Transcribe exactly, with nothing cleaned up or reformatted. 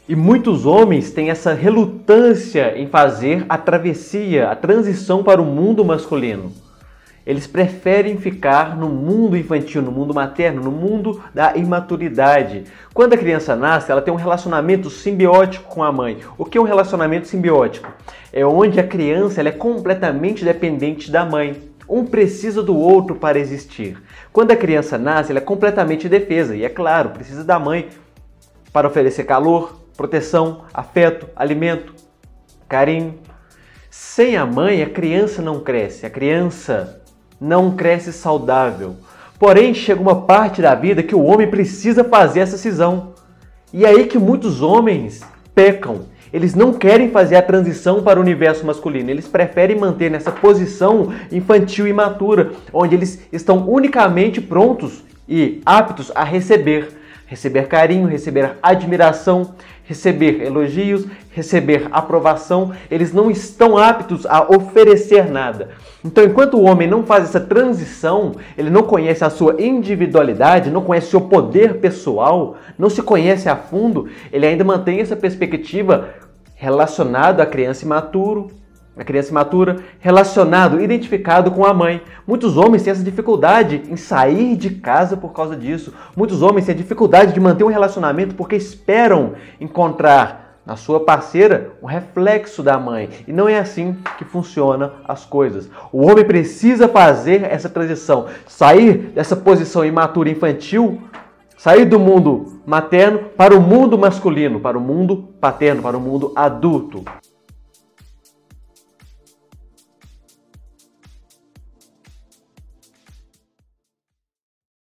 E muitos homens têm essa relutância em fazer a travessia, a transição para o mundo masculino. Eles preferem ficar no mundo infantil, no mundo materno, no mundo da imaturidade. Quando a criança nasce, ela tem um relacionamento simbiótico com a mãe. O que é um relacionamento simbiótico? É onde a criança ela é completamente dependente da mãe. Um precisa do outro para existir. Quando a criança nasce, ela é completamente indefesa. E é claro, precisa da mãe para oferecer calor, proteção, afeto, alimento, carinho. Sem a mãe, a criança não cresce. A criança não cresce saudável. Porém, chega uma parte da vida que o homem precisa fazer essa cisão. E é aí que muitos homens pecam. Eles não querem fazer a transição para o universo masculino. Eles preferem manter nessa posição infantil e imatura, onde eles estão unicamente prontos e aptos a receber. Receber carinho, receber admiração, receber elogios, receber aprovação. Eles não estão aptos a oferecer nada. Então, enquanto o homem não faz essa transição, ele não conhece a sua individualidade, não conhece o seu poder pessoal, não se conhece a fundo, ele ainda mantém essa perspectiva relacionado à criança imaturo, a criança imatura, relacionado, identificado com a mãe. Muitos homens têm essa dificuldade em sair de casa por causa disso. Muitos homens têm a dificuldade de manter um relacionamento porque esperam encontrar na sua parceira um reflexo da mãe. E não é assim que funcionam as coisas. O homem precisa fazer essa transição, sair dessa posição imatura infantil, sair do mundo materno para o mundo masculino, para o mundo paterno, para o mundo adulto.